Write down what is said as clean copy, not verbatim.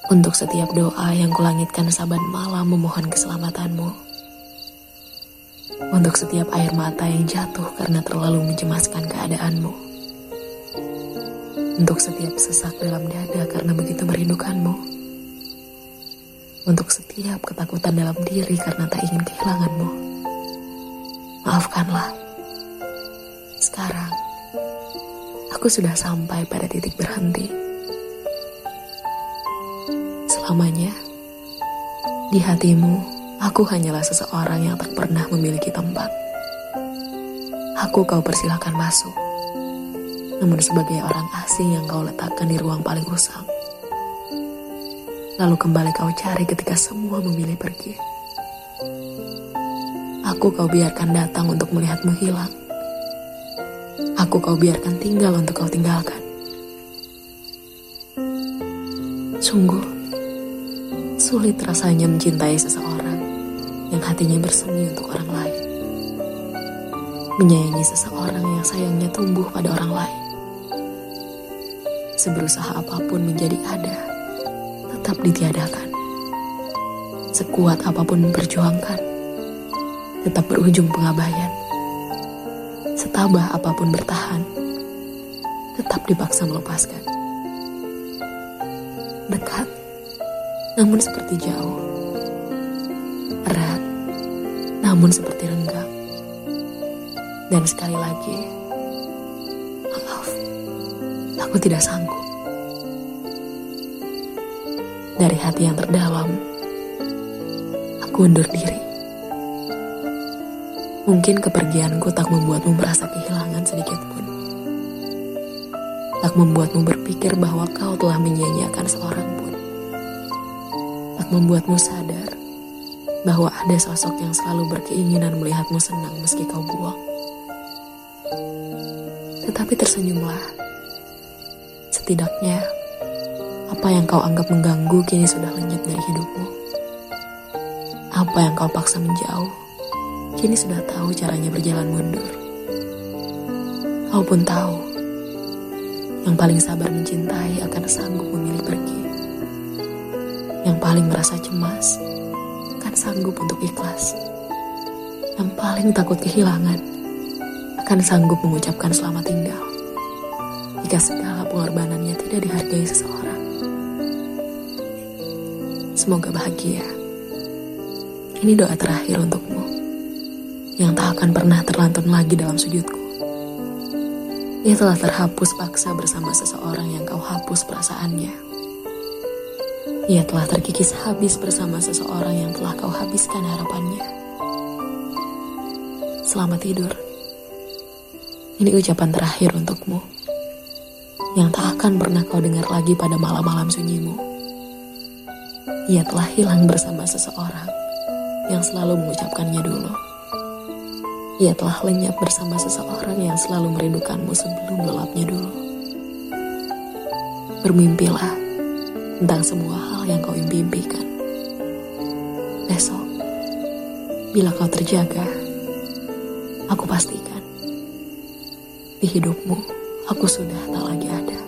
Untuk setiap doa yang kulangitkan saban malam memohon keselamatanmu. Untuk setiap air mata yang jatuh karena terlalu mencemaskan keadaanmu. Untuk setiap sesak dalam dada karena begitu merindukanmu. Untuk setiap ketakutan dalam diri karena tak ingin kehilanganmu. Maafkanlah. Sekarang, aku sudah sampai pada titik berhenti. Selamanya, di hatimu, aku hanyalah seseorang yang tak pernah memiliki tempat. Aku kau persilahkan masuk, namun sebagai orang asing yang kau letakkan di ruang paling usang. Lalu kembali kau cari ketika semua memilih pergi. Aku kau biarkan datang untuk melihatmu hilang. Aku kau biarkan tinggal untuk kau tinggalkan. Sungguh sulit rasanya mencintai seseorang yang hatinya bersemi untuk orang lain. Menyayangi seseorang yang sayangnya tumbuh pada orang lain. Seberusaha apapun menjadi ada, tetap ditiadakan. Sekuat apapun memperjuangkan, tetap berujung pengabaian. Setabah apapun bertahan, tetap dipaksa melepaskan. Dekat, namun seperti jauh. Erat, namun seperti renggang. Dan sekali lagi, maaf, aku tidak sanggup. Dari hati yang terdalam, aku undur diri. Mungkin kepergianku tak membuatmu merasa kehilangan sedikit pun. Tak membuatmu berpikir bahwa kau telah menyia-nyiakan seorang pun. Tak membuatmu sadar bahwa ada sosok yang selalu berkeinginan melihatmu senang meski kau buang. Tetapi tersenyumlah. Setidaknya, apa yang kau anggap mengganggu kini sudah lenyap dari hidupmu. Apa yang kau paksa menjauh, kini sudah tahu caranya berjalan mundur. Kau pun tahu, yang paling sabar mencintai akan sanggup memilih pergi. Yang paling merasa cemas akan sanggup untuk ikhlas. Yang paling takut kehilangan akan sanggup mengucapkan selamat tinggal jika segala pengorbanannya tidak dihargai seseorang. Semoga bahagia. Ini doa terakhir untukmu yang tak akan pernah terlantun lagi dalam sujudku. Ia telah terhapus paksa bersama seseorang yang kau hapus perasaannya. Ia telah terkikis habis bersama seseorang yang telah kau habiskan harapannya. Selamat tidur. Ini ucapan terakhir untukmu, yang tak akan pernah kau dengar lagi pada malam-malam sunyimu. Ia telah hilang bersama seseorang yang selalu mengucapkannya dulu. Ia telah lenyap bersama seseorang yang selalu merindukanmu sebelum lelapnya dulu. Bermimpilah tentang semua hal yang kau impikan. Besok, bila kau terjaga, aku pastikan di hidupmu aku sudah tak lagi ada.